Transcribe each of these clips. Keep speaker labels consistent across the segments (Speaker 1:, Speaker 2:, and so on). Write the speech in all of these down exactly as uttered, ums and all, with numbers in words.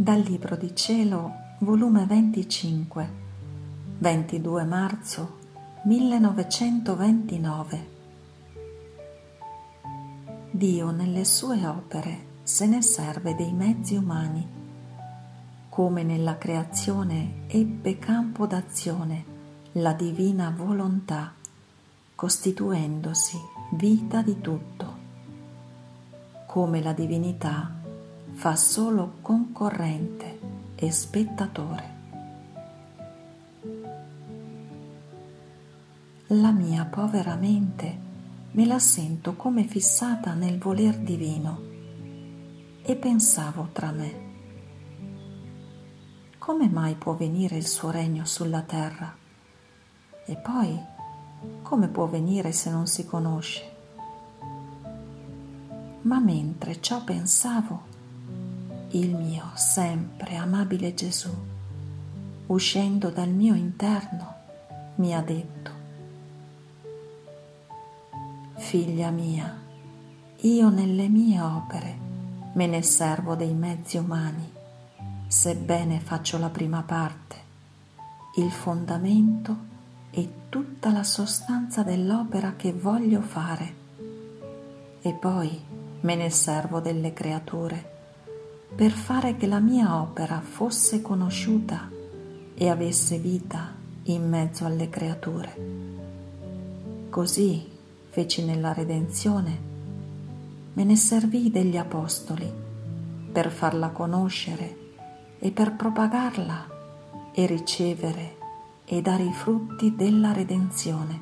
Speaker 1: Dal Libro di Cielo, volume venticinque, ventidue marzo millenovecentoventinove. Dio nelle sue opere se ne serve dei mezzi umani, come nella creazione ebbe campo d'azione la divina volontà, costituendosi vita di tutto, come la divinità fa solo concorrente e spettatore. La mia povera mente me la sento come fissata nel voler divino e pensavo tra me: come mai può venire il suo regno sulla terra? E poi, come può venire se non si conosce? Ma mentre ciò pensavo, il mio sempre amabile Gesù, uscendo dal mio interno, mi ha detto: figlia mia, io nelle mie opere me ne servo dei mezzi umani, sebbene faccio la prima parte, il fondamento e tutta la sostanza dell'opera che voglio fare, e poi me ne servo delle creature per fare che la mia opera fosse conosciuta e avesse vita in mezzo alle creature. Così feci nella redenzione, me ne servii degli apostoli per farla conoscere e per propagarla e ricevere e dare i frutti della redenzione.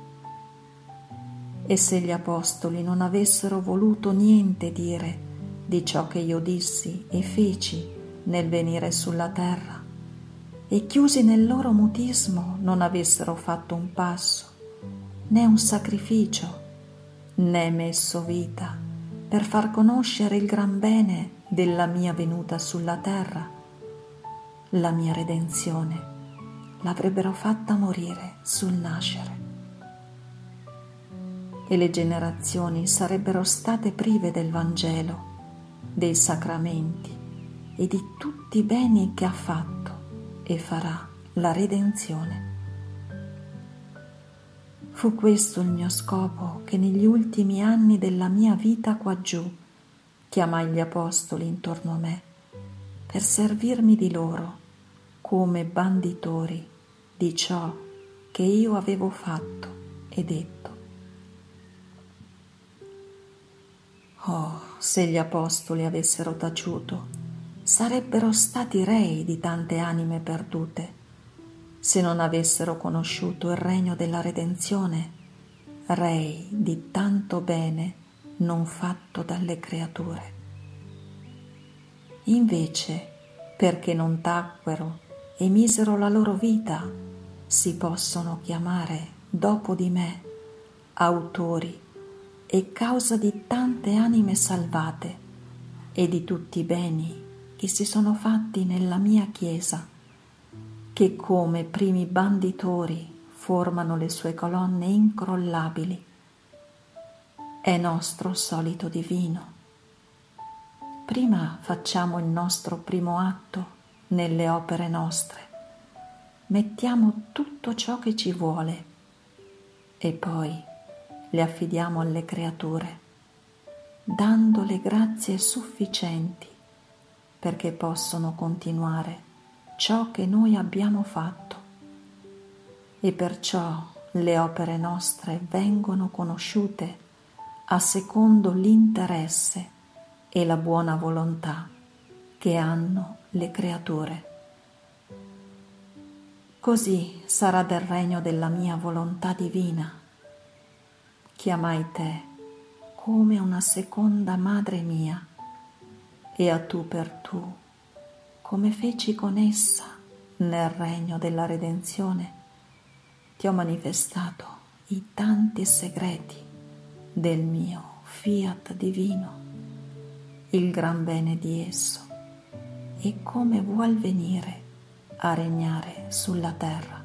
Speaker 1: E se gli apostoli non avessero voluto niente dire di ciò che io dissi e feci nel venire sulla terra, e chiusi nel loro mutismo non avessero fatto un passo, né un sacrificio, né messo vita per far conoscere il gran bene della mia venuta sulla terra, la mia redenzione l'avrebbero fatta morire sul nascere, e le generazioni sarebbero state prive del Vangelo, dei sacramenti e di tutti i beni che ha fatto e farà la redenzione. Fu questo il mio scopo che negli ultimi anni della mia vita quaggiù chiamai gli apostoli intorno a me per servirmi di loro come banditori di ciò che io avevo fatto e detto. Oh, se gli apostoli avessero taciuto, sarebbero stati rei di tante anime perdute, se non avessero conosciuto il regno della redenzione, rei di tanto bene non fatto dalle creature. Invece, perché non tacquero e misero la loro vita, si possono chiamare dopo di me autori e causa di tante anime salvate e di tutti i beni che si sono fatti nella mia Chiesa, che come primi banditori formano le sue colonne incrollabili. È nostro solito divino. Prima facciamo il nostro primo atto nelle opere nostre, mettiamo tutto ciò che ci vuole e poi le affidiamo alle creature, dando le grazie sufficienti perché possono continuare ciò che noi abbiamo fatto, e perciò le opere nostre vengono conosciute a secondo l'interesse e la buona volontà che hanno le creature. Così sarà del regno della mia volontà divina. Chiamai te come una seconda madre mia, e a tu per tu, come feci con essa nel regno della redenzione, ti ho manifestato i tanti segreti del mio fiat divino, il gran bene di esso e come vuol venire a regnare sulla terra.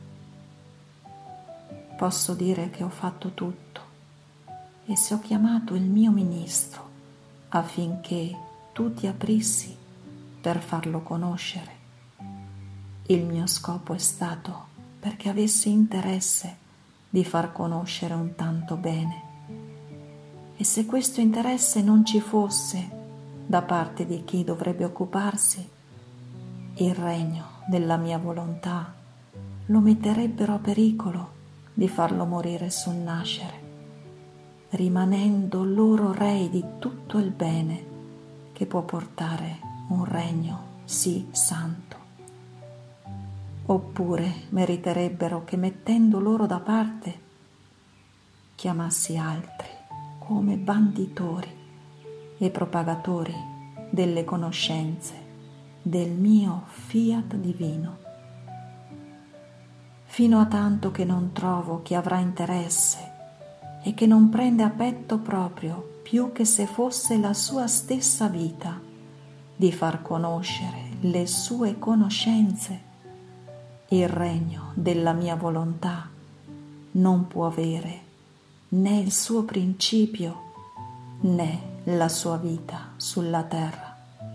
Speaker 1: Posso dire che ho fatto tutto, e se ho chiamato il mio ministro affinché tu ti aprissi per farlo conoscere. Il mio scopo è stato perché avessi interesse di far conoscere un tanto bene. E se questo interesse non ci fosse da parte di chi dovrebbe occuparsi, il regno della mia volontà lo metterebbero a pericolo di farlo morire sul nascere, rimanendo loro rei di tutto il bene che può portare un regno sì santo. Oppure meriterebbero che, mettendo loro da parte, chiamassi altri come banditori e propagatori delle conoscenze del mio fiat divino, fino a tanto che non trovo chi avrà interesse e che non prende a petto proprio, più che se fosse la sua stessa vita, di far conoscere le sue conoscenze. Il regno della mia volontà non può avere né il suo principio né la sua vita sulla terra.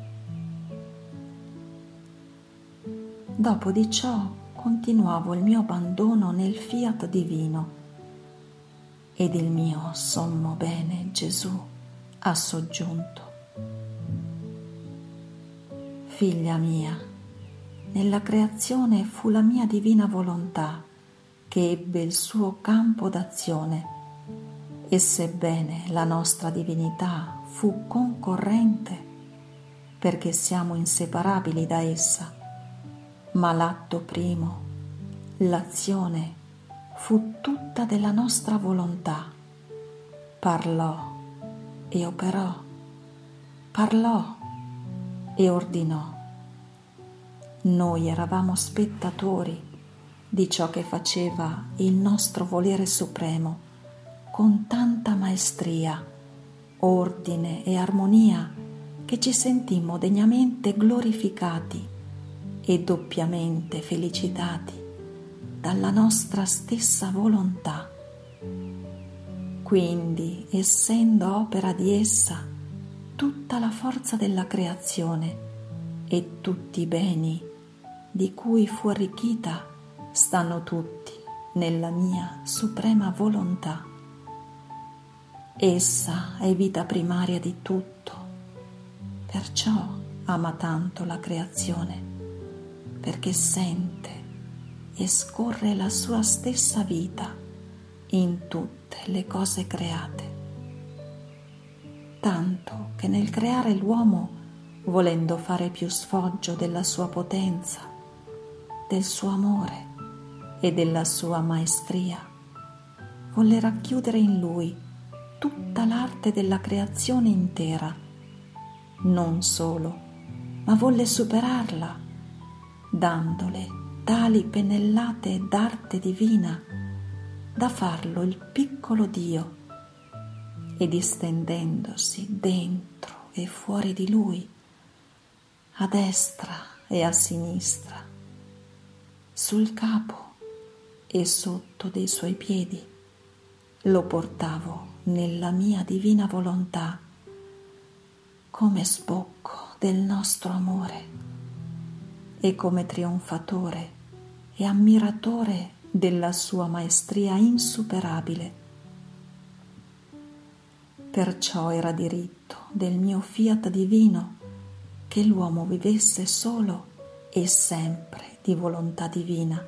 Speaker 1: Dopo di ciò continuavo il mio abbandono nel fiat divino ed il mio sommo bene Gesù ha soggiunto: figlia mia, nella creazione fu la mia divina volontà che ebbe il suo campo d'azione, e sebbene la nostra divinità fu concorrente, perché siamo inseparabili da essa, ma l'atto primo, l'azione, fu tutta della nostra volontà. Parlò e operò, parlò e ordinò. Noi eravamo spettatori di ciò che faceva il nostro volere supremo con tanta maestria, ordine e armonia che ci sentimmo degnamente glorificati e doppiamente felicitati dalla nostra stessa volontà. Quindi, essendo opera di essa tutta la forza della creazione e tutti i beni di cui fu arricchita, stanno tutti nella mia suprema volontà. Essa è vita primaria di tutto, perciò ama tanto la creazione, perché sente e scorre la sua stessa vita in tutte le cose create, tanto che nel creare l'uomo, volendo fare più sfoggio della sua potenza, del suo amore e della sua maestria, volle racchiudere in lui tutta l'arte della creazione intera. Non solo, ma volle superarla, dandole tali pennellate d'arte divina da farlo il piccolo Dio, e distendendosi dentro e fuori di lui, a destra e a sinistra, sul capo e sotto dei suoi piedi, lo portavo nella mia divina volontà come sbocco del nostro amore e come trionfatore e ammiratore della sua maestria insuperabile. Perciò era diritto del mio fiat divino che l'uomo vivesse solo e sempre di volontà divina.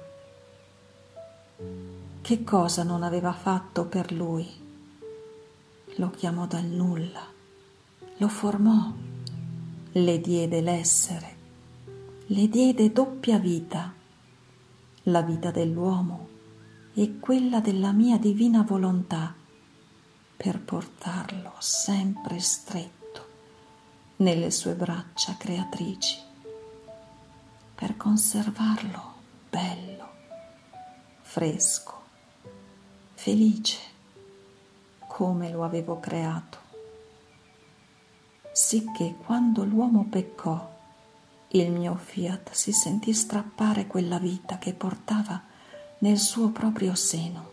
Speaker 1: Che cosa non aveva fatto per lui? Lo chiamò dal nulla, lo formò, le diede l'essere, le diede doppia vita, la vita dell'uomo e quella della mia divina volontà, per portarlo sempre stretto nelle sue braccia creatrici, per conservarlo bello, fresco, felice, come lo avevo creato, sicché quando l'uomo peccò, il mio fiat si sentì strappare quella vita che portava nel suo proprio seno.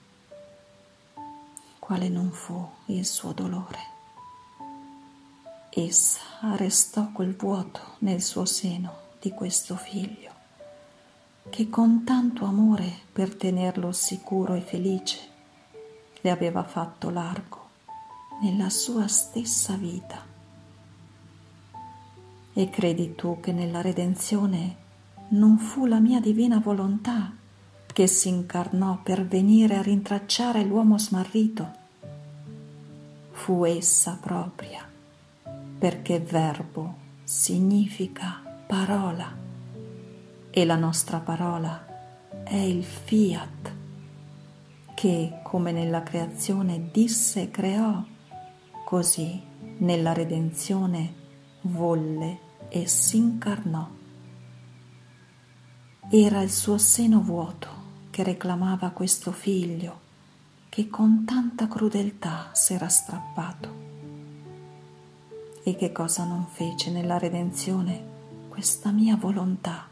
Speaker 1: Quale non fu il suo dolore? essa arrestò quel vuoto nel suo seno di questo figlio, che con tanto amore per tenerlo sicuro e felice le aveva fatto largo nella sua stessa vita. E credi tu che nella redenzione non fu la mia divina volontà che si incarnò per venire a rintracciare l'uomo smarrito? Fu essa propria, perché verbo significa parola e la nostra parola è il fiat che, come nella creazione disse e creò, così nella redenzione volle e s'incarnò. Era il suo seno vuoto che reclamava questo figlio che con tanta crudeltà s'era strappato. E che cosa non fece nella redenzione questa mia volontà?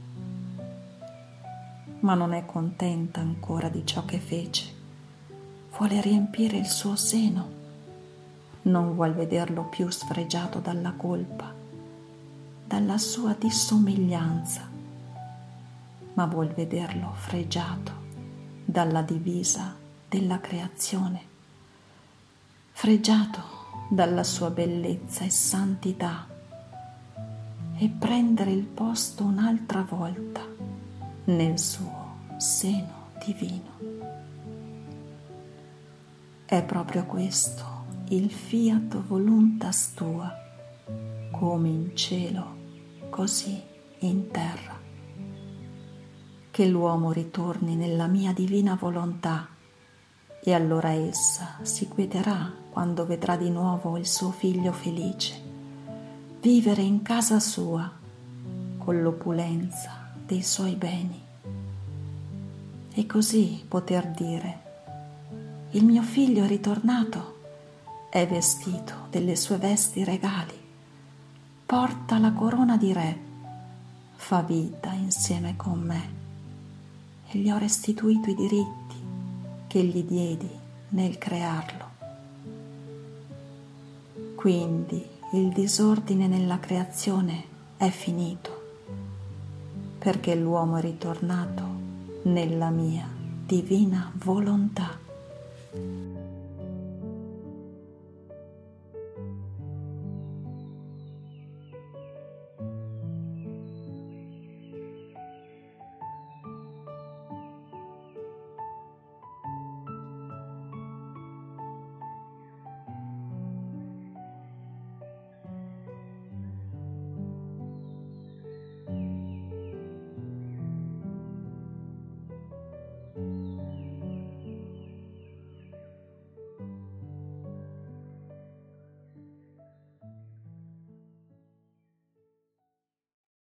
Speaker 1: Ma non è contenta ancora di ciò che fece. Vuole riempire il suo seno. Non vuol vederlo più sfregiato dalla colpa, dalla sua dissomiglianza, ma vuol vederlo fregiato dalla divisa della creazione, fregiato dalla sua bellezza e santità, e prendere il posto un'altra volta nel suo seno divino. È proprio questo il fiat voluntas tua, come in cielo, così in terra. Che l'uomo ritorni nella mia divina volontà, e allora essa si quieterà quando vedrà di nuovo il suo figlio felice vivere in casa sua con l'opulenza dei suoi beni, e così poter dire: il mio figlio è ritornato, è vestito delle sue vesti regali, porta la corona di re, fa vita insieme con me, e gli ho restituito i diritti che gli diedi nel crearlo. Quindi il disordine nella creazione è finito, perché l'uomo è ritornato nella mia divina volontà.